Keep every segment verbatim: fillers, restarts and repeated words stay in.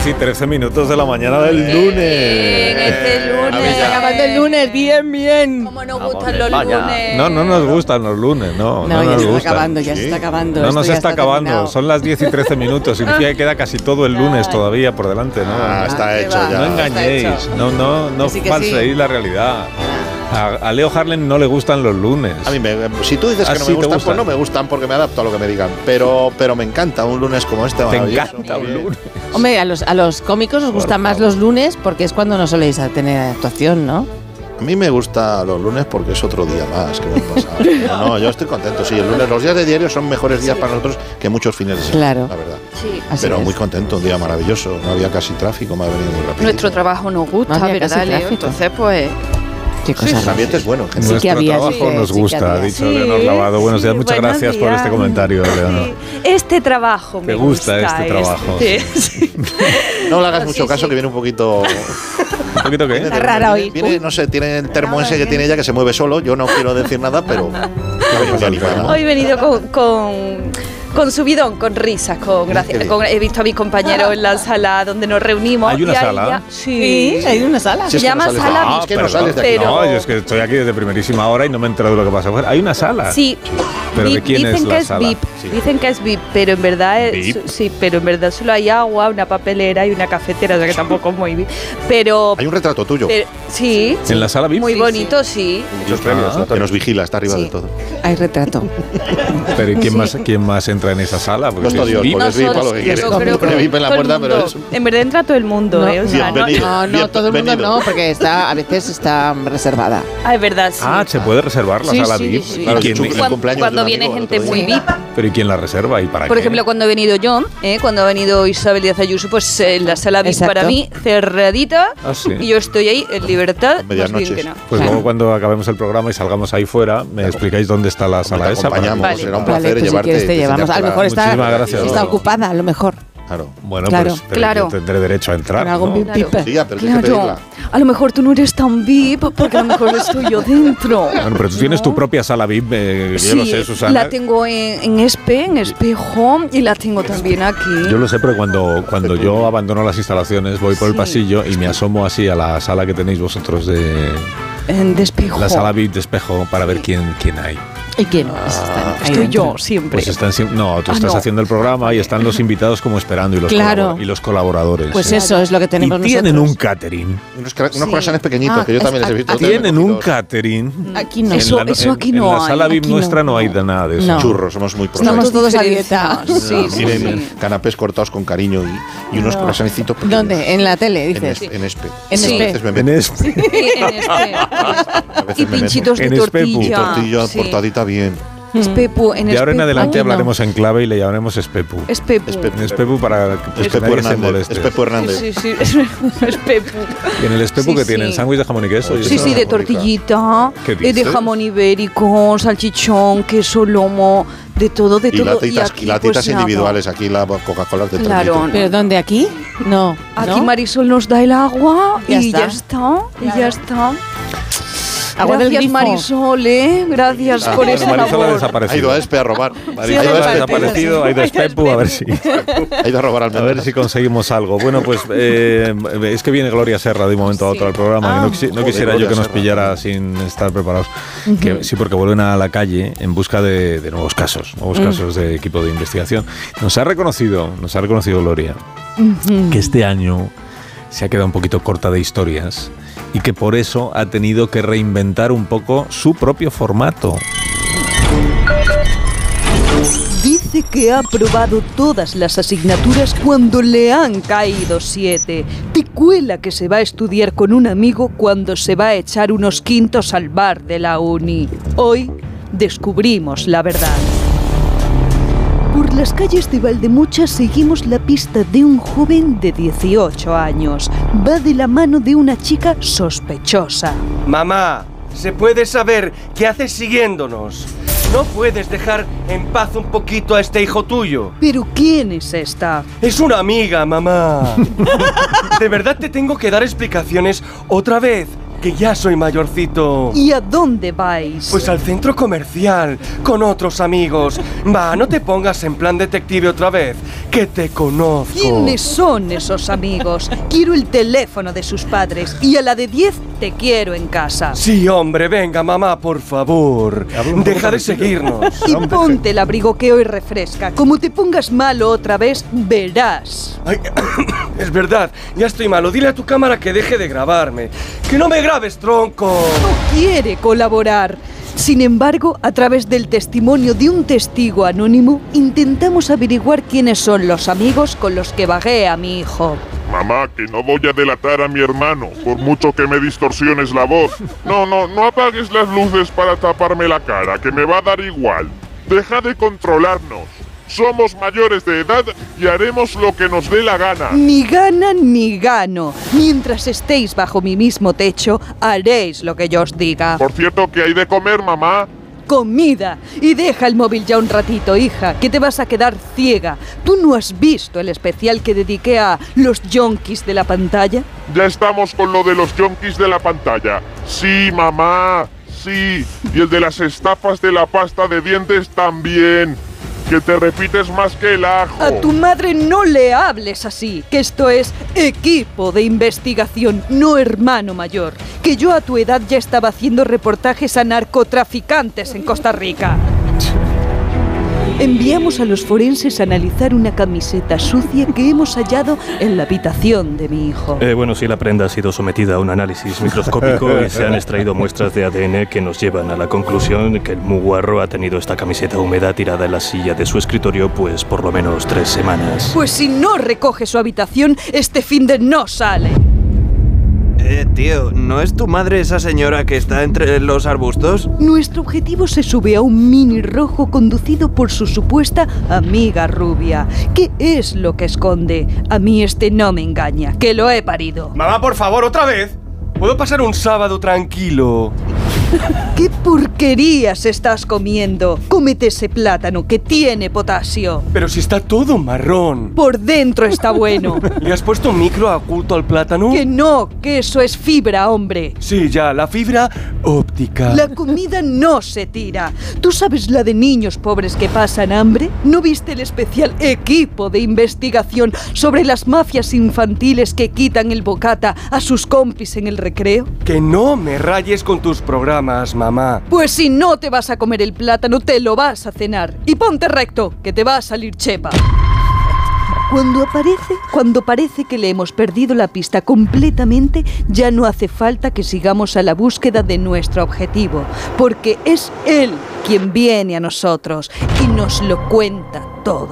y trece minutos de la mañana del lunes. Bien, este lunes. Está acabando el lunes, bien, bien. ¿Cómo nos gustan los lunes? No, no nos gustan los lunes, no. No, no ya nos se está gustan. acabando, ya se está acabando. No, Esto no se ya está acabando. terminado. Son las diez y trece minutos. Significa que queda casi todo el lunes todavía por delante, ¿no? Ah, está Ah, hecho va. ya. No Está engañéis, hecho. no, no, no Que sí, que falseéis sí. la realidad. A, a Leo Harlem no le gustan los lunes. A mí, me, si tú dices Ah, que no sí, me te gustan, gustan. pues no me gustan porque me adapto a lo que me digan. Pero, pero me encanta un lunes como este. Te maravilloso. encanta Muy un bien. lunes. Hombre, a los, a los cómicos os Por gustan más favor. los lunes porque es cuando no soléis a tener actuación, ¿no? A mí me gusta los lunes porque es otro día más que me pasa. No, no, yo estoy contento. Sí, el lunes, los días de diario son mejores días para nosotros que muchos fines de semana. Claro. La verdad. Sí. Así Pero es. muy contento, un día maravilloso. No había casi tráfico, me ha venido muy rápido. Nuestro trabajo nos gusta, No había ¿verdad, casi Leo? tráfico. Entonces, pues... Qué cosa El ambiente es bueno. en general. Sí que Nuestro había, trabajo sí que- nos sí que gusta, ha había. dicho Leonor Lavado. Buenos días, Sí, muchas buenos gracias por días. este comentario, Leonor. Sí. Este trabajo me Te gusta este trabajo, este. Sí. No le hagas Sí, mucho sí. caso que viene un poquito. ¿Un poquito qué? Está rara hoy. Viene, viene, no sé, tiene el termo ese que tiene ella que se mueve solo. Yo no quiero decir nada, pero. Muy animada. Hoy he venido con, con, con subidón, con risas, con gracia. bien. Con- he visto a mis compañeros en la sala donde nos reunimos. ¿Hay una y ahí sala? ya- sí. Sí, hay una sala. Si es Se que no llama sales de sala aquí, VIP. es que no perdón. sales de aquí. Pero- No, yo es que estoy aquí desde primerísima hora y no me he enterado de lo que pasa afuera. Hay una sala. Sí. ¿Pero de VIP, quién dicen es la que es sala? V I P, Sí. dicen que es V I P, pero en verdad es, V I P. sí, pero en verdad solo hay agua, una papelera y una cafetera, o sea que tampoco es muy V I P. Pero, Hay un retrato tuyo. pero- sí, ¿En la sala V I P? muy Sí, bonito, sí. Muchos premios, Ah. ¿no? que nos vigila, está arriba Sí. de todo. Hay retrato. Pero ¿y quién, más, quién más entra en esa sala? Porque Custodio, si es V I P, pues es V I P, a lo que quieres. yo No, creo pone que V I P en la todo el puerta, pero mundo. es- En verdad entra todo el mundo, No. ¿eh? O sea, no- Bienvenido. No, no, todo el mundo Bienvenido. no, porque está, a veces está reservada. Ah, es verdad, sí. Ah, se puede reservar la Sí, sala sí, V I P. sí. ¿Y Claro, quién- si chupa- Cuan- cumpleaños cuando de un viene amigo, gente el otro muy día. V I P. ¿Pero y quién la reserva y para Por qué? ejemplo, cuando ha venido John, ¿eh? cuando ha venido Isabel Díaz Ayuso, pues eh, la sala V I P Exacto. para mí cerradita Ah, sí. y yo estoy ahí en libertad, Medias más bien noches. que no. Pues Claro. luego cuando acabamos el programa y salgamos ahí fuera, me explicáis dónde está la sala Te esa. para- acompañamos, Vale. será un Vale, placer pues si llevarte. quieres te llevamos. A lo mejor está, Muchísimas gracias. está No. ocupada, a lo mejor. Claro. Bueno, Claro. pues pero Claro. yo tendré derecho a entrar. Con algún ¿no? V I P. Sí, ya, pero tienes que pedirla. A lo mejor tú no eres tan V I P porque a lo mejor estoy yo dentro. Bueno, pero tú tienes tu propia sala V I P, eh, yo Sí, lo sé, Susana. la tengo en, en Espe, en Espejo, y la tengo también aquí. Yo lo sé, pero cuando, cuando yo abandono las instalaciones, voy por el Sí. pasillo y me asomo así a la sala que tenéis vosotros de En Despejo. la sala V I P de espejo para ver quién, quién hay. ¿Y quién? Pues están ahí Estoy dentro. yo siempre. Pues están siem- no, tú Ah, estás no. haciendo el programa y están los invitados como esperando y los, Claro. colabor- y los colaboradores. Pues sí. eso es lo que tenemos y tienen nosotros. un catering. Unos, cra- unos Sí. croissants pequeñitos Ah, que yo también es- les he visto. ah, ustedes Tienen un cogidos. catering. Aquí no. Eso- en la, eso en- aquí en no la hay, sala V I P aquí nuestra no. no. hay de nada de eso. No. Churros, somos muy pros. Estamos todos a diferenciados. dieta. Sí, sí, Tienen sí. canapés cortados con cariño y, y unos No. croissantcitos pequeños. ¿Dónde? En la tele, En, dices. es- en Espe. En Sí. A veces me En meto. es- Sí, en Espe. A veces Y me meto. pinchitos de En Espepu. tortilla. Tortilla Sí. portadita bien. Espepu, en de ahora en Espepu. adelante Aquí no. hablaremos en clave y le llamaremos Espepu. Espepu. Espepu. En Espepu para que Espepu nadie se Hernández. moleste. Espepu Hernández. Sí, sí, sí. Espepu. Y en el Espepu Sí, que sí. tienen sándwich de jamón y queso. y Sí, eso. sí, de Mónica. tortillita, ¿Qué eh, de dices? jamón ibérico, salchichón, queso, lomo, de todo, de Y todo. latitas, aquí, y latitas pues, nada. individuales. Aquí la Coca-Cola de tres Claro. litros. ¿Pero dónde? ¿Aquí? No. Aquí ¿no? Marisol nos da el agua Ya y está. ya está, y ya está. Agua del Gracias grifo. Marisol, ¿eh? Gracias Ah, por bueno, esa Marisol ha labor. Ha desaparecido. ido a Espe a robar. Marisol ha ido a ha Espe, desaparecido, ha ido a Espepu, a ver si, ha ido a robar al a ver si conseguimos algo. Bueno, pues eh, es que viene Gloria Serra de un momento a otro al programa. Ah. y no, quisi- no Joder, quisiera yo Gloria que nos Serra. pillara sin estar preparados. Que, sí, porque vuelven a la calle en busca de, de nuevos casos, nuevos casos de equipo de investigación. Nos ha reconocido, nos ha reconocido Gloria, que este año se ha quedado un poquito corta de historias y que por eso ha tenido que reinventar un poco su propio formato. Dice que ha aprobado todas las asignaturas cuando le han caído siete. Te cuela que se va a estudiar con un amigo cuando se va a echar unos quintos al bar de la uni. Hoy descubrimos la verdad. Por las calles de Valdemocha seguimos la pista de un joven de dieciocho años. Va de la mano de una chica sospechosa. Mamá, ¿se puede saber qué haces siguiéndonos? ¿No puedes dejar en paz un poquito a este hijo tuyo? ¿Pero quién es esta? Es una amiga, mamá. ¿De verdad te tengo que dar explicaciones otra vez? que ya soy mayorcito. ¿Y a dónde vais? Pues al centro comercial, con otros amigos. Va, no te pongas en plan detective otra vez, que te conozco. ¿Quiénes son esos amigos? Quiero el teléfono de sus padres y a la de diez te quiero en casa. Sí, hombre, venga, mamá, por favor. Deja de seguirnos. Y ponte el abrigo que hoy refresca. Como te pongas malo otra vez, verás. Ay, es verdad, ya estoy malo. Dile a tu cámara que deje de grabarme. ¡Que no me grabes, tronco! No quiere colaborar. Sin embargo, a través del testimonio de un testigo anónimo, intentamos averiguar quiénes son los amigos con los que vaguea mi hijo. Mamá, que no voy a delatar a mi hermano, por mucho que me distorsiones la voz. No, no, no apagues las luces para taparme la cara, que me va a dar igual. Deja de controlarnos. Somos mayores de edad y haremos lo que nos dé la gana. Ni gana ni gano. Mientras estéis bajo mi mismo techo, haréis lo que yo os diga. Por cierto, ¿qué hay de comer, mamá? Comida. Y deja el móvil ya un ratito, hija, que te vas a quedar ciega. ¿Tú no has visto el especial que dediqué a los yonkis de la pantalla? Ya estamos con lo de los yonkis de la pantalla. Sí, mamá, sí. Y el de las estafas de la pasta de dientes también. Que te repites más que el ajo. A tu madre no le hables así, que esto es equipo de investigación, no hermano mayor. Que yo a tu edad ya estaba haciendo reportajes a narcotraficantes en Costa Rica. Enviamos a los forenses a analizar una camiseta sucia que hemos hallado en la habitación de mi hijo. Eh, bueno, sí, la prenda ha sido sometida a un análisis microscópico y se han extraído muestras de A D N que nos llevan a la conclusión de que el muguarro ha tenido esta camiseta húmeda tirada en la silla de su escritorio pues por lo menos tres semanas. Pues si no recoge su habitación, este finde no sale. Eh, tío, ¿no es tu madre esa señora que está entre los arbustos? Nuestro objetivo se sube a un mini rojo conducido por su supuesta amiga rubia. ¿Qué es lo que esconde? A mí este no me engaña, que lo he parido. Mamá, por favor, otra vez. ¿Puedo pasar un sábado tranquilo? ¿Qué porquerías estás comiendo? Cómete ese plátano que tiene potasio. Pero si está todo marrón. Por dentro está bueno. ¿Le has puesto un micro oculto al plátano? Que no, que eso es fibra, hombre. Sí, ya, la fibra óptica. La comida no se tira. ¿Tú sabes la de niños pobres que pasan hambre? ¿No viste el especial equipo de investigación sobre las mafias infantiles que quitan el bocata a sus compis en el recreo? Que no me rayes con tus programas, mamá. Pues si no te vas a comer el plátano, te lo vas a cenar. Y ponte recto, que te va a salir chepa. Cuando aparece, cuando parece que le hemos perdido la pista completamente, ya no hace falta que sigamos a la búsqueda de nuestro objetivo, porque es él quien viene a nosotros y nos lo cuenta todo.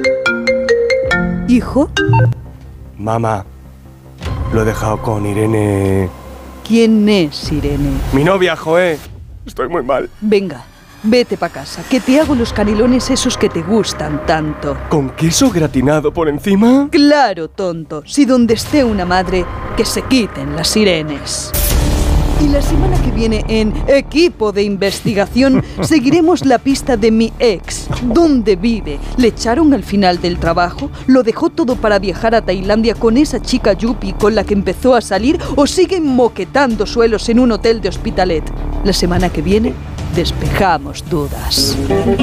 ¿Hijo? Mamá, lo he dejado con Irene. ¿Quién es Irene? Mi novia, Joé. Estoy muy mal. Venga, vete pa' casa, que te hago los canelones esos que te gustan tanto. ¿Con queso gratinado por encima? Claro, tonto. Si donde esté una madre, que se quiten las sirenes. Y la semana que viene en Equipo de Investigación seguiremos la pista de mi ex. ¿Dónde vive? ¿Le echaron al final del trabajo? ¿Lo dejó todo para viajar a Tailandia con esa chica yuppie con la que empezó a salir? ¿O siguen moquetando suelos en un hotel de Hospitalet? La semana que viene despejamos dudas.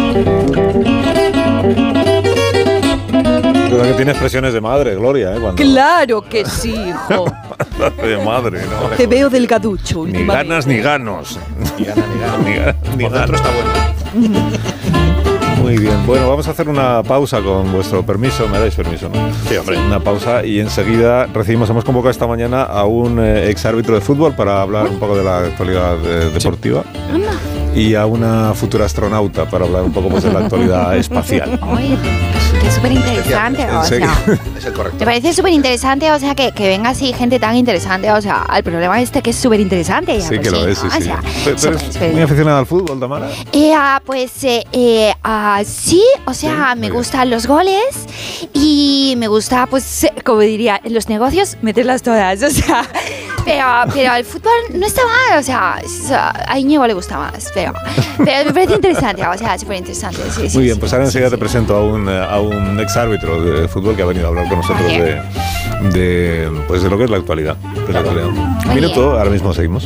Pero que tiene expresiones de madre, Gloria, ¿eh? Cuando... ¡Claro que sí, hijo! de madre, ¿no? Te veo delgaducho Ni últimamente. ganas ni ganos. Ni gana, ni gana. Ni gana, ni Por dentro gana. está bueno. Muy bien. Bueno, vamos a hacer una pausa con vuestro permiso. ¿Me dais permiso, no? Sí, hombre. Una pausa y enseguida recibimos, hemos convocado esta mañana a un eh, exárbitro de fútbol para hablar un poco de la actualidad eh, deportiva. Y a una futura astronauta para hablar un poco pues, de la actualidad espacial. Oye, que es súper interesante, o ¿En sea, Es el correcto. me parece súper interesante, o sea, que, que venga así gente tan interesante, o sea, al programa este que es súper interesante. Sí, que lo es, sí, ¿no? sí. O sea, ¿Tú- tú súper, eres súper- muy aficionada al fútbol, Tamara? Eh, ah, pues eh, eh, ah, sí, o sea, Sí, muy me bien. gustan los goles y me gusta, pues, eh, como diría, en los negocios, meterlas todas, o sea, pero, pero el fútbol no está mal, o sea, es- a Íñigo le gusta más, pero, pero me parece interesante, o sea, súper interesante. Sí, sí, Muy bien, sí, pues ahora sí, enseguida sí. te presento a un, eh, a un exárbitro de fútbol que ha venido a hablar con nosotros Oye. de, de, pues de lo que es la actualidad. De la actualidad. Un minuto, ahora mismo seguimos.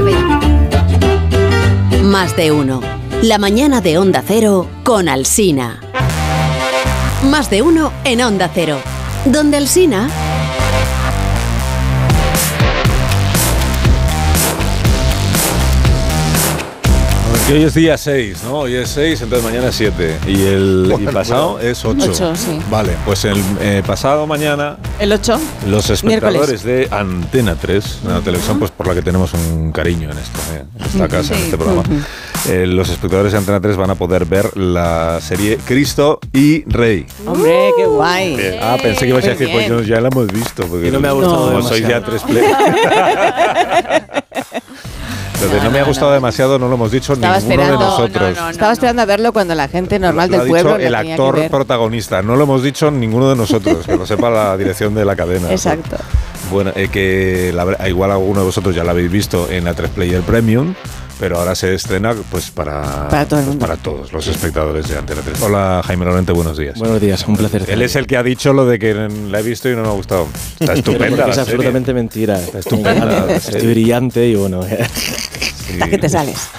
Más de uno. La mañana de Onda Cero con Alsina. Más de uno en Onda Cero. Donde Alsina... Y hoy es día seis, ¿no? Hoy es seis, entonces mañana es siete. Y el y pasado es ocho. ocho, sí. Vale, pues el eh, pasado mañana... El ocho. Los espectadores Miércoles. de Antena tres, una televisión pues por la que tenemos un cariño en, esto, eh, en esta casa, Sí. en este programa. Eh, los espectadores de Antena tres van a poder ver la serie Cristo y Rey. Hombre, qué guay. Eh, ah, pensé que ibas a Muy decir, pues bien. yo ya la hemos visto. Porque Y no me ha gustado como demasiado. sois ya tres play. Lo de no me ha gustado demasiado no lo hemos dicho Estaba ninguno esperando. de nosotros. No, no, no, Estaba esperando a verlo cuando la gente normal Lo ha del dicho pueblo el lo tenía que actor ver. protagonista. No lo hemos dicho ninguno de nosotros. Que lo sepa la dirección de la cadena. Exacto. Bueno, eh, que la, igual alguno de vosotros ya la habéis visto en A tres Player Premium, pero ahora se estrena pues para, Para todo el pues, mundo. para todos los espectadores de Antena tres. Hola Jaime Lorente, buenos días. Buenos días, un placer. Él es el que ha dicho lo de que la he visto y no me ha gustado. Está estupenda Porque la es serie. absolutamente mentira. Está estupenda la Estoy serie. brillante y bueno. Sí. Hasta que te sales.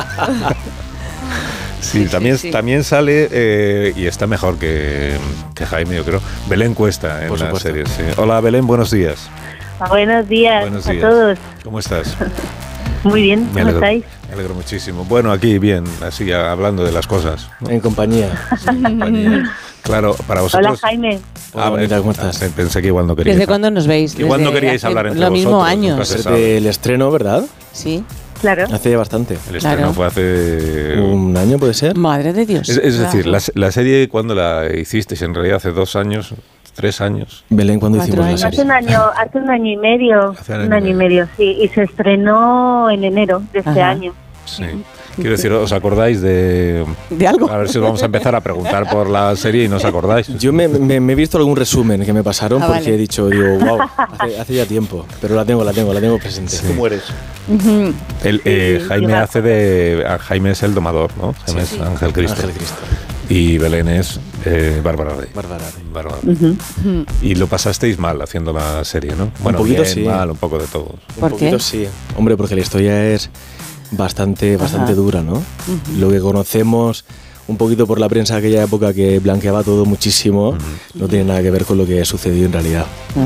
Sí, también, también sale eh, y está mejor que, que Jaime, yo creo. Belén Cuesta en Por la supuesto. serie. Sí. Hola Belén, buenos días. Buenos días, Buenos a días. todos. ¿Cómo estás? Muy bien, Me ¿cómo alegro, estáis? me alegro muchísimo. Bueno, aquí bien, así hablando de las cosas, ¿no? En compañía. En compañía. Claro, para Hola vosotros. Jaime. Ah, Hola, ¿cómo estás? Pensé que igual no queríais. ¿Desde cuándo nos veis? Igual no Desde queríais hace hablar entre Lo mismo vosotros, años. nunca se Desde sabe. el estreno, ¿verdad? Sí. Claro. Hace bastante. El estreno Claro. fue hace ¿Un año puede ser? Madre de Dios. Es, es decir, Claro. la, la serie cuando la hicisteis, en realidad hace dos años, tres años. Belén, ¿cuándo Cuatro hicimos la años. Hace serie? un año, hace un año y medio, Hace un año y medio, sí, y se estrenó en enero de este Ajá. año. Sí. Quiero decir, ¿os acordáis de...? ¿De algo? A ver si os vamos a empezar a preguntar por la serie y no os acordáis. Yo me, me- me he visto algún resumen que me pasaron Ah, porque vale. he dicho, digo, wow, hace, hace ya tiempo. Pero la tengo, la tengo, la tengo presente. Tú mueres. Ujú. El, eh, Sí, Jaime yo me hace de... ah, Jaime es el domador, ¿no? Jaime es Ángel Cristo. Ángel Cristo. Y Belén es eh, Bárbara Rey. Bárbara Rey. Bárbara Rey. Y lo pasasteis mal haciendo la serie, ¿no? Bueno, poquito bien, sí. mal, un poco de todo. Un ¿Por poquito qué? sí. Hombre, porque la historia es bastante, bastante Ajá. dura, ¿no? Lo que conocemos un poquito por la prensa de aquella época que blanqueaba todo muchísimo, no tiene nada que ver con lo que sucedió en realidad.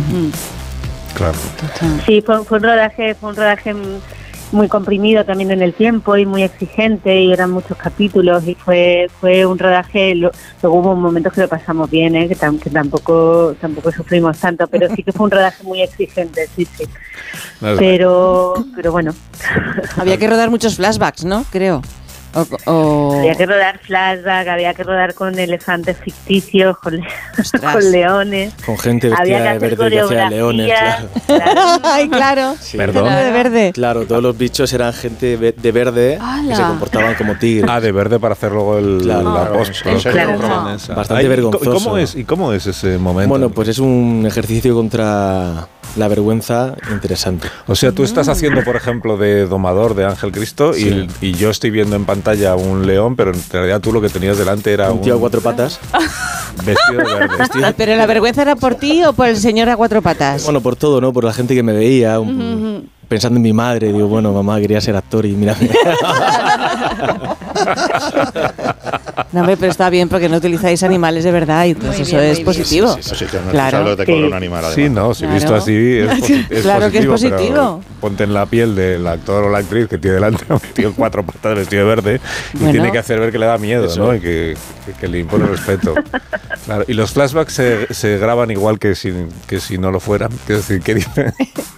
Claro. Sí, fue, fue un rodaje, fue un rodaje muy comprimido también en el tiempo y muy exigente y eran muchos capítulos y fue fue un rodaje, lo- luego hubo momentos que lo pasamos bien, ¿eh? que, tam- que tampoco tampoco sufrimos tanto, pero sí que fue un rodaje muy exigente, sí, sí. Pero, pero bueno, Había que rodar muchos flashbacks, ¿no? Creo. O, o- había que rodar flashback, había que rodar con elefantes ficticios, con, le- Ostras. con leones. Con gente Había vestida que de hacer verde que hacía leones, coreografías, claro. claro. Ay, claro. Sí. Perdón. Era de verde. Claro, todos los bichos eran gente ve- de verde que ¡Hala! se comportaban como tigres. Ah, de verde para hacer luego el, Claro. la Claro, post. en serio, Claro. Claro. Bastante Ay, ¿y vergonzoso. ¿Cómo es, ¿Y cómo es ese momento? Bueno, pues es un ejercicio contra la vergüenza interesante. O sea, tú estás haciendo, por ejemplo, de domador de Ángel Cristo Sí. y, y yo estoy viendo en pantalla un león, pero en realidad tú lo que tenías delante era Un tío a cuatro patas. vestido de verde. ¿Pero la vergüenza era por ti o por el señor a cuatro patas? Bueno, por todo, ¿no? Por la gente que me veía, un- pensando en mi madre, digo, bueno, mamá quería ser actor y mírame. No, hombre, pero está bien porque no utilizáis animales de verdad y entonces eso es positivo. Así que no Claro. sabes de color un animal, además. Sí, no, si Claro. visto así es, posi- es Claro que es positivo, pero positivo. ponte en la piel del actor o la actriz que tiene delante a un tío en cuatro patas vestido de verde y Bueno. tiene que hacer ver que le da miedo, Eso. ¿no? Y que, que- que le impone respeto. Claro, y los flashbacks se, se graban igual que si, que si no lo fueran. Es decir, ¿qué dice?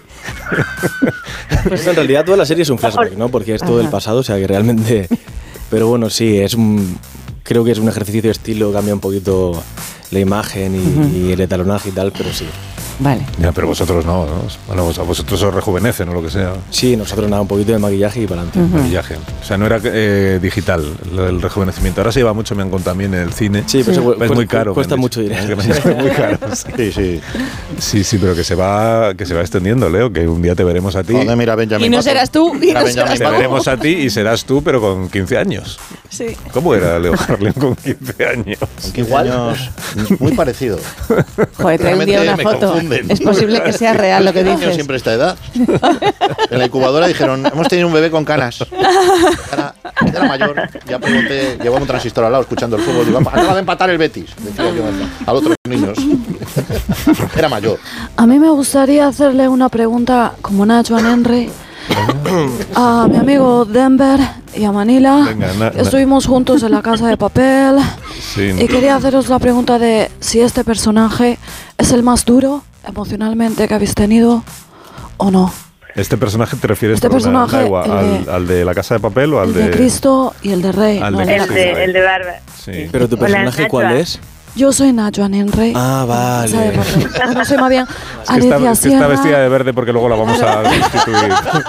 Pues en realidad toda la serie es un flashback, ¿no? Porque es todo el Ajá. pasado, o sea que realmente... Pero bueno, sí, es un... Creo que es un ejercicio de estilo, cambia un poquito la imagen y, y el etalonaje y tal, pero sí. Vale. Ya, pero vosotros no, ¿no? Bueno, a vosotros os rejuvenecen o lo que sea. Sí, nosotros nada, un poquito de maquillaje y para adelante. Maquillaje. O sea, no era eh, digital lo del rejuvenecimiento. Ahora se lleva mucho, me han contado también en el cine. Sí, pero eso es cu- muy cu- caro. cuesta me han mucho dicho. dinero. Es muy caro. Sí. Sí, sí. sí, sí, pero que se va que se va extendiendo, Leo, que un día te veremos a ti. ¿Dónde mira Benjamin Y no Button? serás tú. Y Mira no Benjamin serás Te Button. veremos a ti y serás tú, pero con quince años. Sí. ¿Cómo era Leo Harlem con quince años? Con quince años, muy parecido. Joder, trae un día una me foto. confundo confunden. Es posible que sea real lo que He tenido dices. siempre esta edad. En la incubadora dijeron, hemos tenido un bebé con canas. Era, era mayor. Ya pregunté, llevaba un transistor al lado escuchando el fútbol. Digo, acaba de empatar el Betis. Decía yo a los otros niños. Era mayor. A mí me gustaría hacerle una pregunta como Nacho a Henry, a mi amigo Denver y a Manila. Venga, na- na- Estuvimos juntos en La Casa de Papel Sí. y quería haceros la pregunta de si este personaje es el más duro emocionalmente que habéis tenido o no. ¿Este personaje te refieres Este perdona, personaje, da igual, el al, de- al de La Casa de Papel o al El de... de Cristo y el de Rey. Al no, de el El de, el de Barba. Sí. ¿Pero tu Hola, personaje Nacho. cuál es? Yo soy Nacho Henry. Ah, Casa de vale. Papel. Bueno, soy más bien Es que está, Alicia es que está Sierra. vestida de verde porque luego la vamos a sustituir.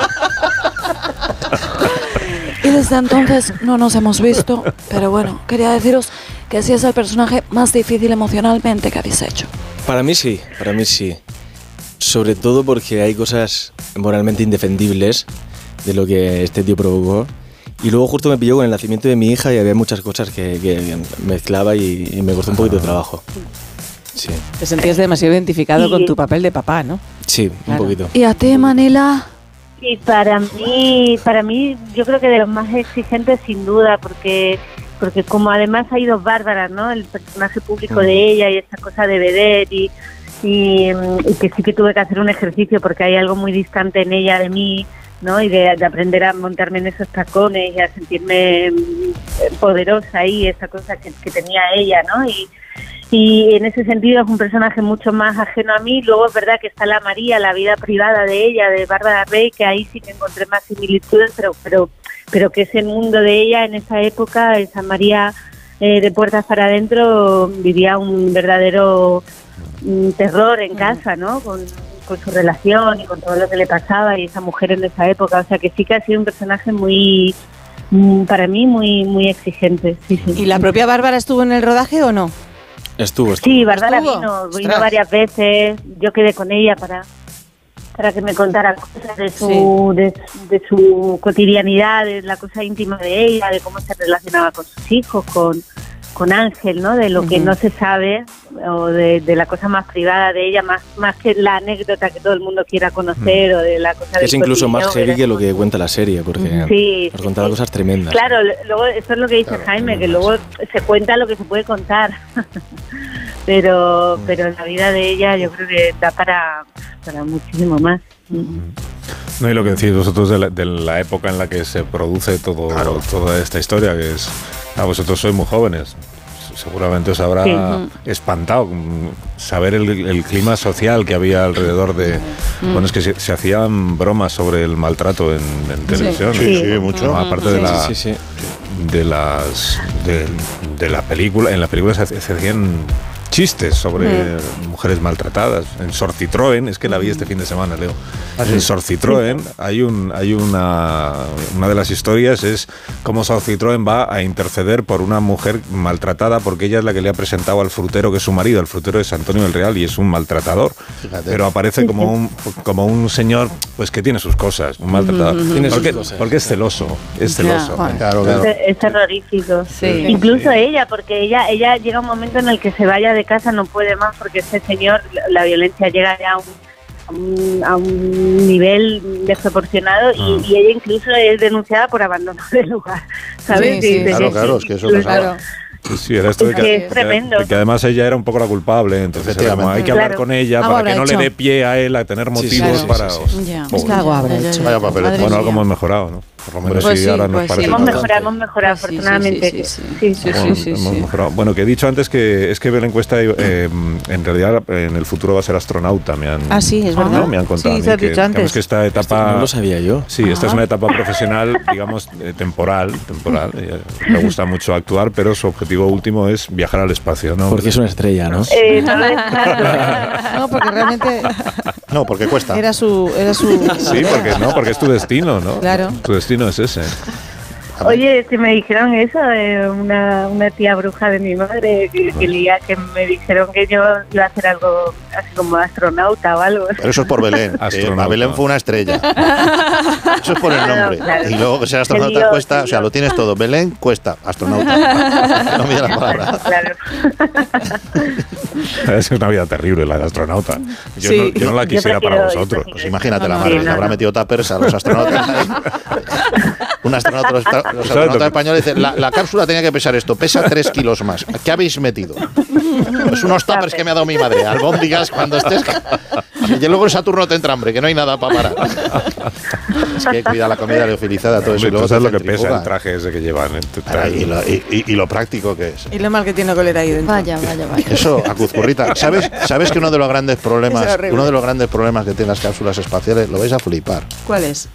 Y desde entonces no nos hemos visto, pero bueno, quería deciros que sí es el personaje más difícil emocionalmente que habéis hecho. Para mí sí, para mí sí. Sobre todo porque hay cosas moralmente indefendibles de lo que este tío provocó. Y luego justo me pilló con el nacimiento de mi hija y había muchas cosas que, que mezclaba y, y me costó un poquito de trabajo. Sí, Te sentías demasiado identificado Sí. con tu papel de papá, ¿no? sí, un Claro. poquito. ¿Y a ti, Manila? Y para mí, para mí, yo creo que de los más exigentes sin duda, porque porque como además hay dos Bárbaras, ¿no? El personaje público de ella y esta cosa de vedette y, y, y que sí que tuve que hacer un ejercicio porque hay algo muy distante en ella de mí, ¿no? Y de, de aprender a montarme en esos tacones y a sentirme mm, poderosa ahí, esa cosa que, que tenía ella, ¿no? Y, y en ese sentido es un personaje mucho más ajeno a mí. Luego es verdad que está la María, la vida privada de ella, de Bárbara Rey, que ahí sí que encontré más similitudes, pero pero pero que ese mundo de ella en esa época, esa María eh, de puertas para adentro, vivía un verdadero mm, terror en casa, ¿no? Con, con su relación y con todo lo que le pasaba y esa mujer en esa época. O sea que sí que ha sido un personaje muy, mm, para mí, muy muy exigente. Sí, sí. ¿Y la propia Bárbara estuvo en el rodaje o no? Estuvo, estuvo. Sí, Bárbara ¿Estuvo? vino, vino Ostras. varias veces. Yo quedé con ella para para que me contara cosas de su de, de su cotidianidad, de la cosa íntima de ella, de cómo se relacionaba con sus hijos, con con Ángel, ¿no? De lo que no se sabe o de, de la cosa más privada de ella, más más que la anécdota que todo el mundo quiera conocer o de la cosa Es del incluso más cotidiano, heavy que lo que cuenta la serie, porque Sí, nos contaba cosas tremendas. Claro, l- luego eso es lo que dice Jaime, que luego se cuenta lo que se puede contar. pero pero la vida de ella yo creo que da para, para muchísimo más. No, y lo que decís vosotros de la, de la época en la que se produce todo, toda esta historia, que es... Ah, vosotros sois muy jóvenes. Seguramente os habrá Sí. espantado mm, saber el, el clima social que había alrededor de... Mm. Bueno, es que se, se hacían bromas sobre el maltrato en, en televisión. Sí, sí, mucho. ¿no? Aparte de Sí, la... sí, sí, sí. de las de, de la película, en la película se, hace- se hacían chistes sobre mujeres maltratadas. En Sor Citroën, es que la vi este fin de semana, Leo. En Sor Citroën hay un hay una una de las historias es cómo Sor Citroën va a interceder por una mujer maltratada porque ella es la que le ha presentado al frutero que es su marido. El frutero es Antonio del Real y es un maltratador. Fíjate. Pero aparece como un como un señor pues que tiene sus cosas, un maltratador. Tiene sus porque, cosas. porque es celoso, es Ya, celoso. bueno. Claro, claro. Es, es terrorífico. Sí. Incluso ella, porque ella ella llega un momento en el que se vaya de casa, no puede más, porque este señor, la, la violencia llega ya a un, a un, a un nivel desproporcionado y, Ah. y ella incluso es denunciada por abandono del lugar, ¿sabes? Sí, sí, Y dice, Claro, sí, claro, sí, es que eso incluso- pasaba. Sí, sí, era esto de Es que, que es de que- tremendo. de que además ella era un poco la culpable, entonces era como, hay que hablar Claro. con ella Algo para habrá que no hecho. le dé pie a él a tener Sí, sí, motivos sí, para... sí, sí. Ya. Es que algo habrá hecho. Vaya papeleta. Madre Bueno, mía. algo hemos mejorado, ¿no? Por lo menos Pues sí, sí, ahora nos pues sí. parece... Hemos que- mejorado, hemos mejorado, Pues sí, sí, afortunadamente. sí, que- sí, sí, sí, Bueno, sí, hemos sí. mejorado. Bueno, que he dicho antes que es que la encuesta eh, en realidad en el futuro va a ser astronauta, me han, Ah, sí, es ¿no? verdad. Me han contado. Sí, a mí te has que, dicho antes. digamos que esta etapa... No lo sabía yo. Sí, esta es una etapa profesional, digamos, eh, temporal, temporal. Ella le gusta mucho actuar, pero su objetivo último es viajar al espacio, ¿no? Porque es una estrella, ¿no? Eh, no lo descarto. No, porque realmente No, porque cuesta. era su... Era su Sí, porque no, porque es tu destino, ¿no? Claro. Tu destino es ese. Oye, que me dijeron eso de una, una tía bruja de mi madre, que, que, leía, que me dijeron que yo iba a hacer algo así como astronauta o algo. Pero eso es por Belén. Eh, Belén fue una estrella. Eso es por el nombre. Claro. Y luego que ser astronauta lío, cuesta, o sea, lo tienes todo. Belén cuesta, astronauta. No me da la palabra. Claro. Es una vida terrible la de astronauta. Yo, sí. no, yo no la quisiera prefiero, para vosotros. Pues imagínate la madre, sí, no, habrá metido tuppers a los astronautas. Un astronauta, los, los astronautas españoles dicen, la, la cápsula tenía que pesar esto, pesa tres kilos más. ¿Qué habéis metido? Pues unos tuppers que me ha dado mi madre. Albóndigas cuando estés... Y luego en Saturno te entra hambre, que no hay nada para parar. Es que cuida la comida liofilizada, todo eso. Y luego sabes lo que pesa el traje ese que llevan. Y lo, y, y, y lo práctico que es. Y lo mal que tiene coler ahí dentro. Vaya, vaya, vaya. Eso, Acuzcurrita. ¿Sabes, ¿Sabes que uno de los grandes problemas, uno de los grandes problemas que tienen las cápsulas espaciales, lo vais a flipar? ¿Cuál es?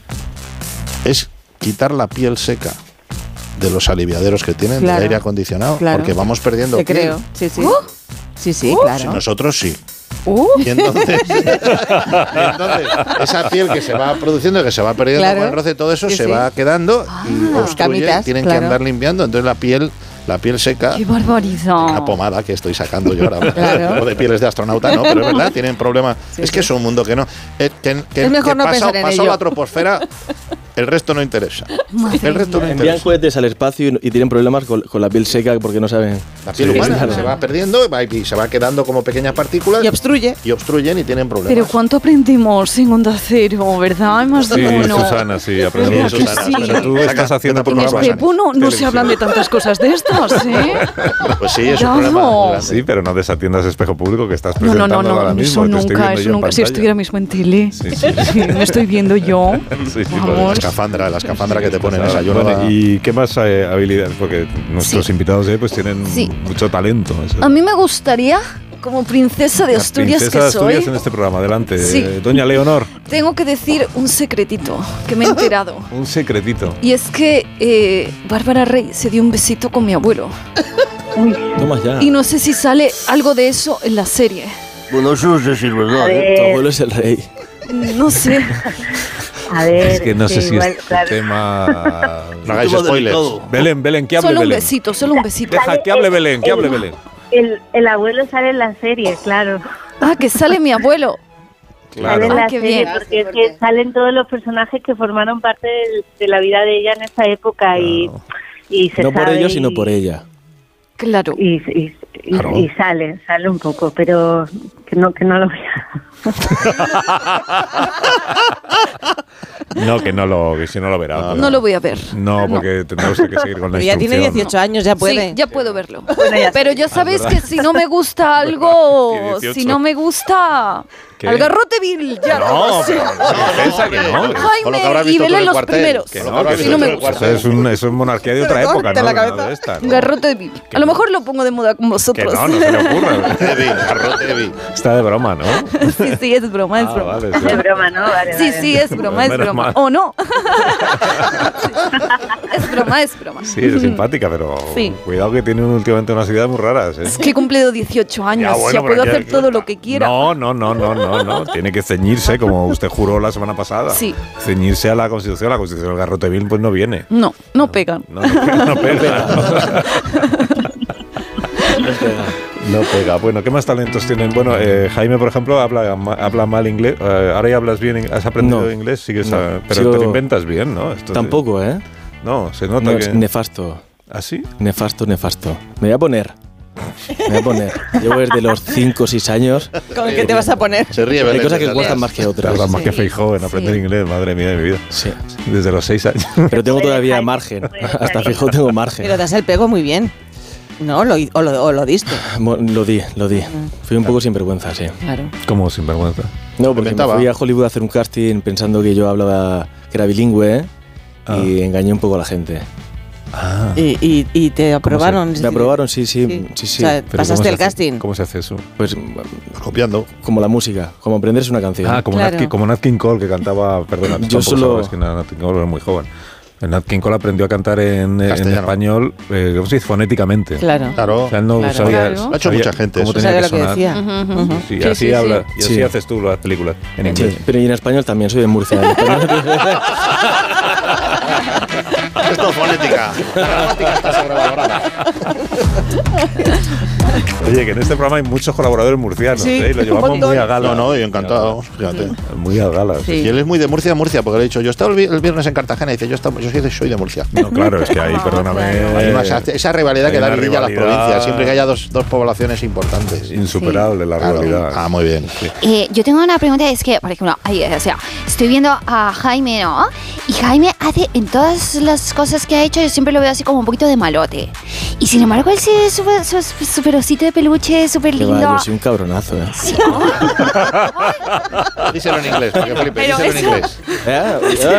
Es quitar la piel seca de los aliviaderos que tienen, claro, del aire acondicionado, claro, porque vamos perdiendo te piel. creo, sí, sí. ¿Uh? Sí, sí, ¿Uh? claro. Si nosotros sí. Uh. Y, entonces, y entonces, esa piel que se va produciendo, que se va perdiendo claro, con el roce, todo eso sí, se sí. va quedando ah, y obstruye, camitas, tienen claro, que andar limpiando, entonces la piel... La piel seca. ¡Qué barbaridad! Una pomada que estoy sacando yo ahora. Claro. O de pieles de astronauta, no, pero es verdad, tienen problemas. Sí, es sí. que es un mundo que no. Eh, que, que, es mejor que no pasó, pensar en pasó ello. la troposfera, el resto no interesa. El resto no Envían interesa. cohetes al espacio y, y tienen problemas con, con la piel seca porque no saben. La piel sí, humana claro, se va perdiendo y se va quedando como pequeñas partículas. Y obstruye. Y obstruyen y tienen problemas. Pero cuánto aprendimos en Onda Cero, ¿verdad? Más sí, de uno. Susana, sí, aprendemos. Sí, Susana, sí. pero tú estás haciendo En programas. este no, no se hablan de tantas cosas de estas, ¿eh? Pues sí, es un No. problema muy grande. Sí, pero no desatiendas Espejo Público que estás No, no, presentando no, no, ahora mismo. eso te estoy nunca, viendo eso yo en nunca. Si pantalla. estuviera mismo en tele, Sí, sí. sí, me estoy viendo yo. Sí, sí, Vamos. La escafandra, la escafandra que te ponen esa. Yo no Bueno, la- ¿y qué más eh, habilidades? Porque nuestros Sí. invitados de hoy pues tienen Sí. mucho talento. Eso. A mí me gustaría, como princesa de La Asturias princesa que de Asturias soy, en este programa. Adelante, Sí. eh, doña Leonor. tengo que decir un secretito que me he enterado. Un secretito. Y es que eh, Bárbara Rey se dio un besito con mi abuelo. Toma ya. Y no sé si sale algo de eso en la serie. Bueno, eso es decir verdad. A ¿eh? ver. Tu abuelo es el rey. No sé. A ver, Es que no sé sí, si igual, este claro. tema... No hagáis Tema spoilers. delicado. Belén, Belén, que hable Solo un Belén. besito, solo un besito. Deja que hable Belén, que hable Belén. El, el abuelo sale en la serie, claro. Ah, que sale mi abuelo. Sale en Ah, la qué serie bien. porque es que salen todos los personajes que formaron parte de, de la vida de ella en esa época y, y se No por sabe ellos, sino y- por ella. Claro. Y, y, y, Claro. y sale, sale un poco, pero que no, que no lo vea. No, que no lo, que si no lo verá. pero- No lo voy a ver. No, porque tendrá usted que seguir con la Pero ya tiene instrucción, dieciocho años, ya puede. Sí, ya puedo verlo. ya Pero ya sabes Ah, que si no me gusta algo, Tiene dieciocho. si no me gusta ¿Qué? al garrote vil, ya No, sé. pero piensa que no. Con lo que Jaime habrás y visto tú en Belén el los cuartel. primeros. Que Con lo no, habrás que Si visto no tú me en el gusta. Eso cuartel. es, un, eso es monarquía de otra Te época, corte ¿no? la No cabeza. de esta, ¿no? Garrote vil. A lo mejor lo pongo de moda con Que vosotros. no, no se le ocurra. Garrote vi, garrote vi. Está de broma, ¿no? Sí, sí, es broma, es Ah, broma. vale, sí. Es broma, ¿no? Vale, Sí, vale. sí, es broma, es Menos broma. mal. ¿O no? Sí. Es broma, es broma. Sí, es simpática, pero Sí. cuidado que tiene últimamente unas ideas muy raras, ¿eh? Es que he cumplido dieciocho años, Ya, ya, bueno, pero puedo ya- hacer todo lo que quiera. No, no, no, no, no, no. Tiene que ceñirse, como usted juró la semana pasada. Sí. Ceñirse a la Constitución. La Constitución del Garrote Vil, pues no viene. No, no pegan. No, no pega. No pega. No pega. Bueno, ¿qué más talentos tienen? Bueno, eh, Jaime, por ejemplo, habla, ma- habla mal inglés. Eh, ahora ya hablas bien. in- ¿Has aprendido No. inglés? Sigues No. a- pero Sigo- te lo inventas bien, ¿no? Esto Tampoco, ¿eh? No, se nota No, que... es nefasto. ¿Ah, sí? Nefasto, nefasto. Me voy a poner. Me voy a poner. Llevo desde los cinco o seis años. ¿Con qué te vas a poner? Se ríe Hay Belén. cosas que desde cuestan atrás. más que otras. Tardas más Sí. que Feijóo en aprender Sí. inglés, madre mía de mi vida. Sí. Desde los seis años. Pero tengo todavía Jaime, margen. puede Hasta salir. fijo tengo margen. Pero das el pego muy bien. No, lo, o, lo, o lo diste. Bueno, lo di, lo di. Fui un poco sinvergüenza, sí. Claro. Como sinvergüenza. No, porque me Inventaba. fui a Hollywood a hacer un casting pensando que yo hablaba, que era bilingüe, ¿eh? Ah. Y engañé un poco a la gente. Ah. Y, y, y te aprobaron. Me aprobaron, sí, sí, sí, sí. O sea, Pero pasaste ¿cómo se el hace- casting. ¿Cómo se hace eso? Pues Copiando. como la música, como aprenderse una canción. Ah, como, Claro. Nat, King- como Nat King Cole, que cantaba, perdona, tú Yo tampoco solo- sabes que Nat King Cole era muy joven. Nat King Cole aprendió a cantar en, en Castellano. español, eh, ¿cómo se dice? Fonéticamente. Claro. Claro. O sea, él no Claro. sabía, Claro. Lo ha hecho sabía mucha gente cómo eso. tenía Sabía que lo que sonar. decía. Ujú, ujú. Sí, Sí, así sí, habla, sí. y así Sí. haces tú las películas en Sí, inglés. pero y en español también, soy de Murcia. En español- Esto es fonética. La gramática está sobrevalorada. Oye, que en este programa hay muchos colaboradores murcianos, Sí, ¿eh? Lo llevamos muy a gala. No, no, y encantado. Fíjate. Muy a gala. Sí. Y él es muy de Murcia, Murcia, porque le he dicho, yo he estado el vi- el viernes en Cartagena y dice, yo, estaba, yo soy, de, soy de Murcia. No, claro, es que ahí, perdóname. Hay una- esa, esa rivalidad hay que da una vidilla a las rivalidad provincias, siempre que haya dos, dos poblaciones importantes. Insuperable la Claro. rivalidad. Ah, muy bien. Sí. Eh, yo tengo una pregunta, es que, por ejemplo, ay, o sea, estoy viendo a Jaime, ¿no? Y Jaime hace, en todas las cosas que ha hecho, yo siempre lo veo así como un poquito de malote. Y sin embargo, él sí es súper su, su, super osito de peluche, súper Que lindo. va, yo soy un cabronazo, ¿eh? Sí, Díselo en inglés, porque Felipe, Pero díselo en eso- inglés. Yeah,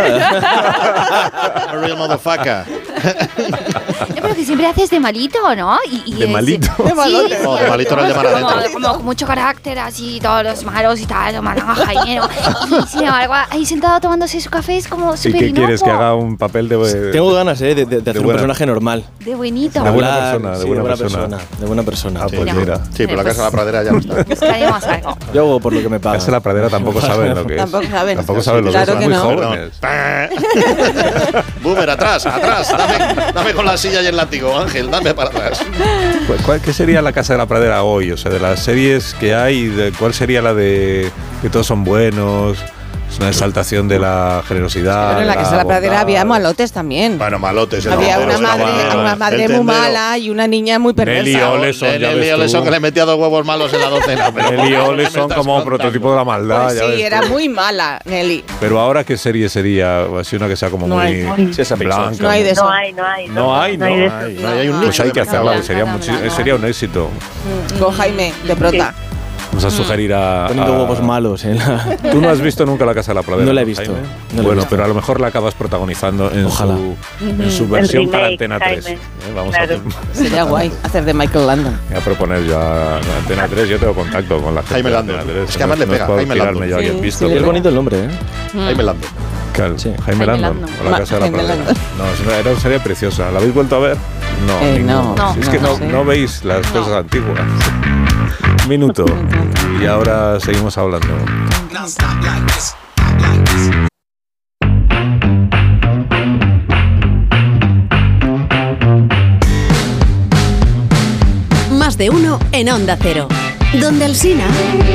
A real motherfucker. No, pero que siempre haces de malito, ¿no? Y, y ¿De es- malito? Sí, De malote. No, de malito era el de mar como, adentro. como con mucho carácter, así, todos los malos y tal, lo mandan a Jaime, ¿no? Y sin embargo, ahí sentado tomándose su café es como ¿Y súper qué quieres? inocuo. ¿Que haga un papel de...? Tengo ganas, ¿eh? De, de- de hacer un buena- personaje normal. De buenito. De buena Hablar, persona, de sí, buena persona. De buena persona. Ah, pues mira. Sí, pero la Casa de la Pradera ya no está. Buscaremos algo. Yo hago por lo que me pagan. Casa de la Pradera tampoco saben lo que es. Tampoco saben. Tampoco saben lo que Claro es, que son muy no. jóvenes. Boomer, atrás, atrás. Dame, dame con la silla y el látigo, Ángel, dame para atrás. ¿Cuál- cuál- ¿Qué sería la Casa de la Pradera hoy? O sea, de las series que hay, de, ¿cuál sería la de que todos son buenos? Es una exaltación de la generosidad. Pero en la Casa de la Pradera había malotes también. Bueno, malotes. el Había tendero una estaba- madre, una madre el muy tendero. mala y una niña muy perversa. Nelly Oleson, ya Nelly ves tú. Oleson, que le metía dos huevos malos en la docena. Pero Nelly ¿por qué Ole me son estás como contando? prototipo de la maldad. Pues ya ves sí, tú. era muy mala, Nelly. Pero ahora, ¿qué serie sería? O así una que sea como No muy hay. Sí, esa blanca. No hay de eso. No hay, no hay. No hay, no hay. de eso. No hay, hay un Pues nicho hay de que mercado. hacerla, sería, muchi- sería un éxito. Con Jaime, de prota. Vamos a sugerir a. Poniendo a- huevos malos en la... Tú no has visto nunca La Casa de la Pradera. No la he ¿no, visto, Jaime? no la he Bueno, visto. pero a lo mejor la acabas protagonizando en Ojalá. su, en su El versión para remake, Antena tres. Jaime. ¿eh? Vamos Claro. a, Sería guay hacer de Michael Landon. voy a proponer yo a Antena tres. Yo tengo contacto con la gente Jaime de Landon. Antena tres. Es que además le No es pega, por Jaime tirarme Landon. yo a alguien Sí, visto, sí, Es pero- bonito el nombre, ¿eh? Jaime Landon. Claro, Sí. Jaime Jaime Landon, Landon. o La Ma- Casa de la Jaime Pradera. Landon. No, es una- era una serie preciosa. ¿La habéis vuelto a ver? No, Eh, ninguno. no, Si es no, que no, no sé. no veis las cosas antiguas. Un minuto. Y ahora seguimos hablando. Más de uno en Onda Cero. Donde Alsina.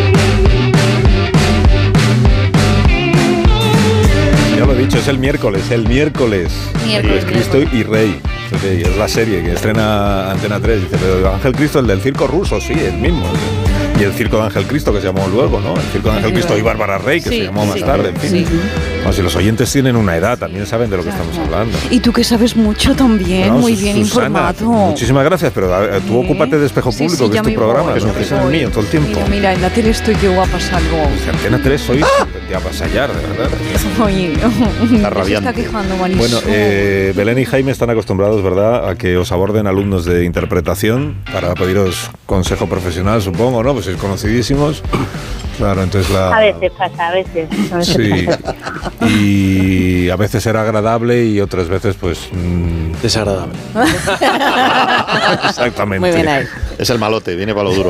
Ya lo he dicho, es el miércoles, el miércoles. Miércoles, Es Cristo y Rey. Sí, es la serie que estrena Antena tres. Dice, pero Ángel Cristo, el del circo ruso, sí, el mismo. Y el circo de Ángel Cristo, que se llamó luego, ¿no? El circo de Ángel Cristo y Bárbara Rey, que Sí, se llamó más sí, tarde. En fin. sí. Bueno, si los oyentes tienen una edad, también saben de lo que estamos hablando. Y tú que sabes mucho también, No, muy Sus- bien Susana, informado. muchísimas gracias, pero a ver, tú ¿Eh? ocúpate de Espejo Sí, Público, sí, que ya es tu me programa, voy, que es un- ya que es me el voy. mío todo el tiempo. Mira, mira, en la tele estoy yo a pasar algo. Si Antena tres sois de avasallar, de verdad. Oye, Está se radiante. está quejando Marisol. Bueno, eh, Belén y Jaime están acostumbrados, ¿verdad?, a que os aborden alumnos de interpretación para pediros consejo profesional, supongo, ¿no? Pues sois conocidísimos. Claro, entonces la... A veces pasa, a veces. A veces Sí, pasa. y a veces era agradable y otras veces, pues... mm, Desagradable. exactamente. Muy bien ahí. Es el malote, viene para lo duro.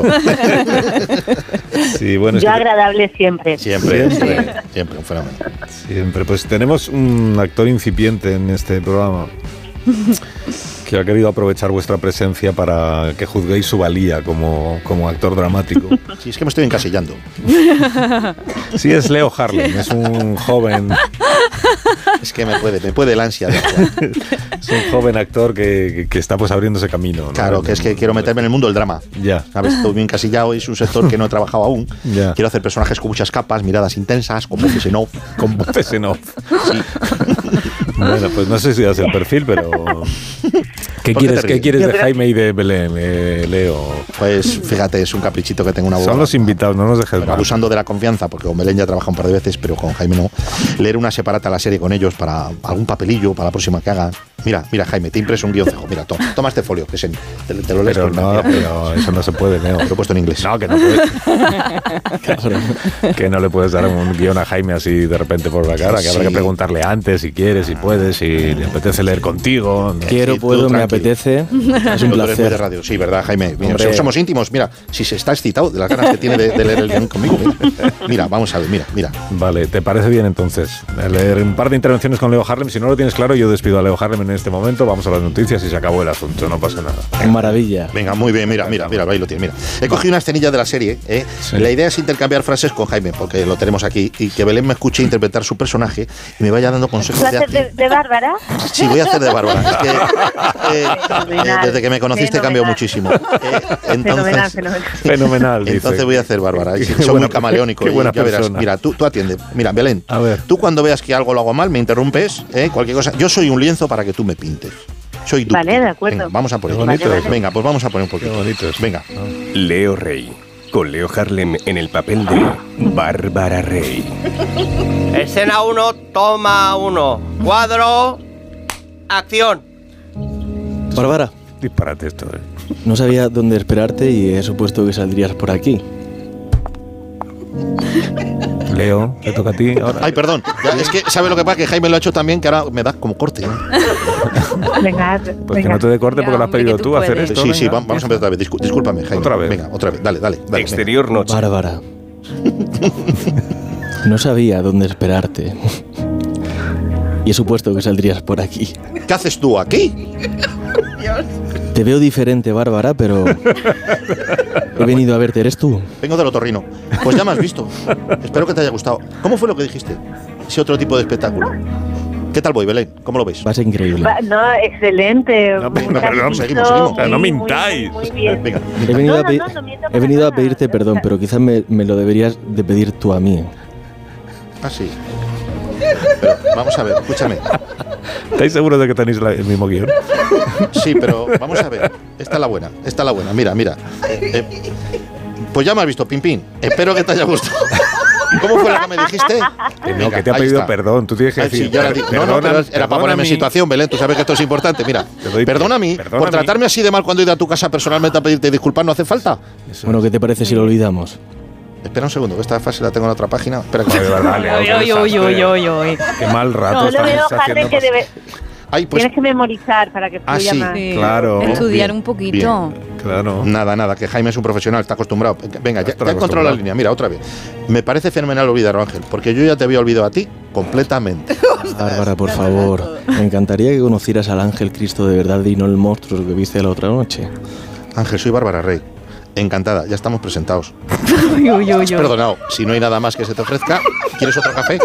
Sí, bueno, es Yo que- agradable siempre. Siempre, Siempre. siempre, siempre, un fenómeno. Siempre, pues tenemos un actor incipiente en este programa que ha querido aprovechar vuestra presencia para que juzguéis su valía como, como actor dramático. Sí, es que me estoy encasillando. Sí, es Leo Harlem, es un joven, Es que me puede, me puede el ansia de actuar. es un joven actor que, que- que está pues abriéndose camino, ¿no? Claro, que es que quiero meterme en el mundo del drama. Ya, ¿Sabes? Estoy bien encasillado, es un sector que no he trabajado aún. ya. Quiero hacer personajes con muchas capas, miradas intensas, con voces en off. Con voces en off. Bueno, pues no sé si das el perfil, pero... ¿Qué ¿Por qué quieres, te ¿qué ríes? quieres Yo de creo- Jaime y de Belén, eh, Leo? Pues fíjate, es un caprichito que tengo una Son boda. los invitados, no nos dejes Bueno, mal. abusando de la confianza, porque con Belén ya he trabajado un par de veces, pero con Jaime no. Leer una separata a la serie con ellos para algún papelillo, para la próxima que hagan. Mira, mira, Jaime, te he impreso un guioncejo. Mira, toma, toma este folio, que es en, te, te lo lees Pero con no, una tía. pero eso no se puede, Leo. Te lo he puesto en inglés. No, que no puedes. Que no le puedes dar un guión a Jaime así de repente por la cara, que habrá Sí. que preguntarle antes si quieres, si puedes, si le apetece leer contigo. ¿no? Quiero, Sí, tú puedo, me tranqui. apetece. Es un Pero tú eres muy de placer. radio. Sí, ¿verdad, Jaime? Mira, Hombre. somos íntimos. Mira, si se está excitado de las ganas que tiene de, de leer el guión conmigo. Mira. Mira, vamos a ver, mira, mira. Vale, ¿te parece bien entonces? Leer un par de intervenciones con Leo Harlem. Si no lo tienes claro, yo despido a Leo Harlem en en este momento, vamos a las noticias y se acabó el asunto, no pasa nada. Venga. Maravilla. Venga, muy bien, mira, mira, mira, ahí lo tiene, mira. He cogido una escenilla de la serie, ¿eh? Sí. La idea es intercambiar frases con Jaime, porque lo tenemos aquí, y que Belén me escuche interpretar su personaje y me vaya dando consejos. ¿Vas a hacer de, de Bárbara? Sí, voy a hacer de Bárbara. Es que, eh, eh, desde que me conociste cambió muchísimo. Eh, entonces, fenomenal, fenomenal. Fenomenal, dice. Entonces voy a hacer Bárbara. Soy muy camaleónico. Qué buena y ya verás. persona. Mira, tú, tú atiende. Mira, Belén, a ver. Tú cuando veas que algo lo hago mal, me interrumpes, ¿eh? Cualquier cosa. Yo soy un lienzo para que tú me pintes. Soy tú. Vale, de acuerdo. Venga, vamos a poner. Vale, vale. Venga, pues vamos a poner un poquito. Qué bonito es. Venga. Leo Rey, con Leo Harlem en el papel de Bárbara Rey. Escena uno, toma uno. Cuadro, acción. Bárbara. Disparate esto, eh. No sabía dónde esperarte y he supuesto que saldrías por aquí. Leo, te toca a ti ahora. Ay, perdón. Ya, es que, ¿sabes lo que pasa? Que Jaime lo ha hecho también, que ahora me da como corte. ¿eh? Venga, Pues venga. que no te dé corte porque lo has pedido tú, hacer esto. Sí, sí, venga. vamos a empezar otra vez. Discú- discúlpame, Jaime. Otra vez. Venga, otra vez. Dale, dale. dale Exterior noche. Bárbara. No sabía dónde esperarte. Y he supuesto que saldrías por aquí. ¿Qué haces tú aquí? Te veo diferente, Bárbara, pero he venido a verte. ¿Eres tú? Vengo del otorrino. Pues ya me has visto. Espero que te haya gustado. ¿Cómo fue lo que dijiste? Ese otro tipo de espectáculo. ¿Qué tal voy, Belén? ¿Cómo lo ves? Va a ser increíble. Va- No, excelente. No, Muy pero, pero, bonito, seguimos, seguimos. muy, No muy, mintáis. Muy bien. Venga. He venido, No, a, no, pe- no, no miento he para venido a nada. pedirte perdón, pero quizás me, me lo deberías de pedir tú a mí. Ah, sí. Pero vamos a ver, escúchame. ¿Estáis seguros de que tenéis la- el mismo guión? Sí, pero vamos a ver. Esta es la buena, esta es la buena. Mira, mira. Eh, eh, pues ya me has visto, Pimpín. Espero que te haya gustado. ¿Cómo fue la que me dijiste? Que no, Venga, que te ha ahí pedido está. perdón. Tú tienes que Ay, decir. sí, yo ahora digo- no, no, perdona- pero era para perdona ponerme en mi- situación, Belén. Tú sabes que esto es importante. Mira, Te doy- perdona a mí perdona por a mí. tratarme así de mal cuando he ido a tu casa personalmente a pedirte disculpas. No hace falta. Bueno, ¿qué te parece si lo olvidamos? Espera un segundo, que esta fase la tengo en otra página. Espera que Ay, vale, Oy, oy, oy, oy, oy, oy. Qué mal rato No, lo estamos veo, haciendo. Harlem, que debe, Ay, pues tienes que memorizar para que Ah, fluya sí. más. Sí. Claro. Estudiar Bien, un poquito. Claro. nada, nada, que Jaime es un profesional, está acostumbrado. Venga, ya, Está ya he encontrado la acostumbrado. línea. Mira, otra vez. Me parece fenomenal olvidar, Ángel, porque yo ya te había olvidado a ti completamente. Bárbara, por favor. Me encantaría que conocieras al ángel Cristo de verdad y no el monstruo que viste la otra noche. Ángel, soy Bárbara Rey. Encantada, ya estamos presentados. Uy, uy, uy, Has uy. perdonado. Si no hay nada más que se te ofrezca, ¿quieres otro café?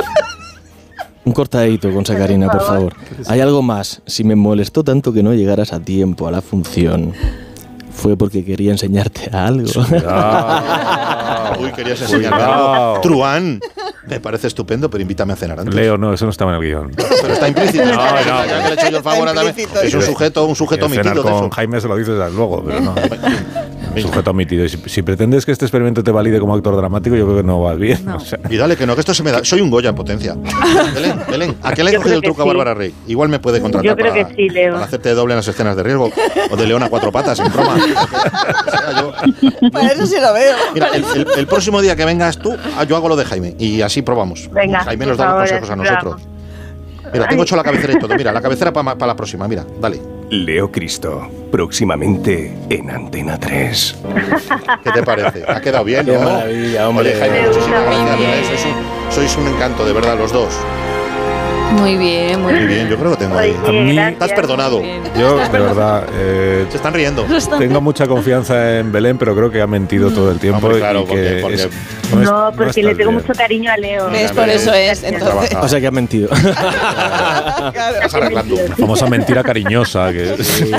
Un cortadito con sacarina, por favor. Hay algo más. Si me molestó tanto que no llegaras a tiempo a la función, fue porque quería enseñarte algo. Ah, uy, querías enseñarme Cuidado. algo. Truán. Me parece estupendo, pero invítame a cenar antes. Leo, no, eso no estaba en el guión. Pero está implícito. No, no. Ya que le he hecho yo el favor a también. Es un sujeto, un sujeto Cenar omitido de con eso. Jaime se lo dices luego, pero no. Sujeto omitido. Y Si, si pretendes que este experimento te valide como actor dramático, yo creo que no vas bien. O sea, Y dale, que no, que esto se me da. Soy un Goya en potencia. Belén, Belén, ¿a qué le he Yo cogido creo el que truco a sí. Bárbara Rey? Igual me puede contratar Yo creo para, que sí, Leo. para hacerte de doble en las escenas de riesgo. O de león a cuatro patas, en broma. O sea, yo- Para eso sí lo veo. Mira, el, el- el próximo día que vengas tú, ah, yo hago lo de Jaime. Y así probamos. Venga, Jaime por nos da los favor, consejos a así nosotros. Mira, tengo hecho la cabecera y todo. Mira, la cabecera para la próxima. Mira, dale. Leo Cristo, próximamente en Antena tres. ¿Qué te parece? Ha quedado bien, Qué ¿no? maravilla, hombre. Oye, Jaime, Me muchísimas gusta gracias. muy ¿verdad? Sois un, sois un encanto, de verdad, los dos. Muy bien, muy Muy bien. bien, yo creo que tengo ahí. Oye, A mí- gracias. Estás perdonado. yo, de verdad, eh, Se están riendo. tengo mucha confianza en Belén, pero creo que ha mentido todo el tiempo. Hombre, claro, y que porque- porque- es- No, es- porque está le tengo bien. mucho cariño a Leo. ¿Ves? Por eso es. Entonces. O sea que has mentido. Estás arreglando. La famosa mentira cariñosa. Que,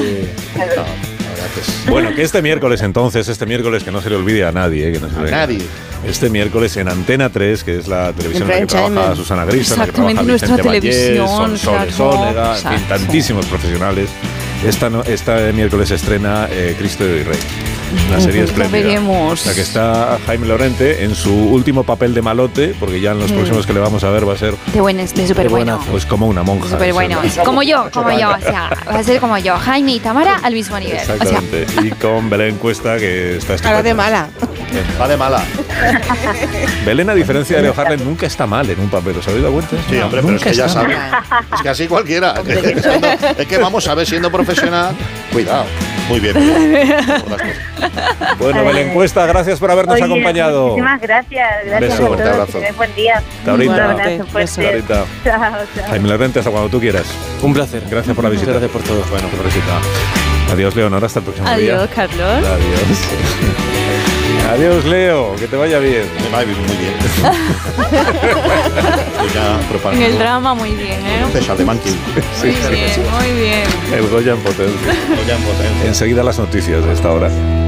Bueno, que este miércoles entonces, este miércoles que no se le olvide a nadie, eh, que no se A le- nadie. Este miércoles en Antena tres, que es la televisión en la que Prime trabaja Time. Susana Griso, en la que Exactamente, trabaja nuestra Vicente Vallés, televisión, Sonsoles claro, Sónega, en fin, exacto. tantísimos profesionales. Esta, no, este miércoles se estrena eh, Cristo y Rey. Una serie La espléndida. veremos. La que está Jaime Lorente en su último papel de malote, porque ya en los Mm. próximos que le vamos a ver va a ser De buen, de súper bueno. pues como una monja. Súper bueno. Eso es- Como yo, como yo. O sea, va a ser como yo. Jaime y Tamara al mismo nivel. O sea, Exactamente. Y con Belén Cuesta, que está Cara de estupenda. mala. Va de mala. Belén, a diferencia de Leo Harlem, nunca está mal en un papel. ¿Os habéis dado cuenta? Sí, hombre, pero es Nunca que ya está sabes. mal. Es que así cualquiera. Es que vamos a ver, siendo profesional, cuidado. Muy bien. Bueno, Belén Cuesta, gracias por habernos Oye, acompañado. Muchísimas gracias. Gracias Beso. a todos. Fuerte abrazo. Que buen día. Hasta ahorita. Un abrazo fuerte. Hasta ahorita. Chao, chao. Jaime Lorente, hasta cuando tú quieras. Un placer. Gracias por la visita. Gracias por todo. Bueno, por la visita. Adiós, Leonor, hasta el próximo día. Adiós, Carlos. Adiós. Adiós, Leo, que te vaya bien. Me va muy bien. En el drama muy bien, ¿eh? César de Monkey. Sí, Muy bien, muy bien. El Goya en potencia. Goya en potencia. Enseguida las noticias de esta hora.